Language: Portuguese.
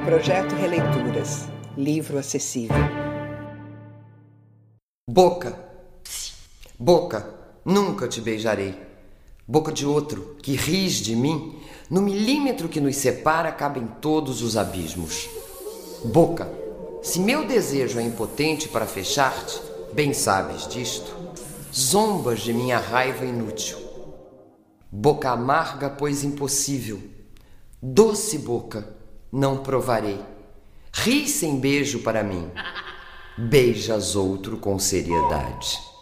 Projeto Releituras. Livro acessível. Boca, boca, nunca te beijarei. Boca de outro, que ris de mim, no milímetro que nos separa cabem todos os abismos. Boca, se meu desejo é impotente para fechar-te, bem sabes disto, zombas de minha raiva inútil. Boca amarga, pois impossível. Doce boca, não provarei. Ri sem beijo para mim. Beijas outro com seriedade.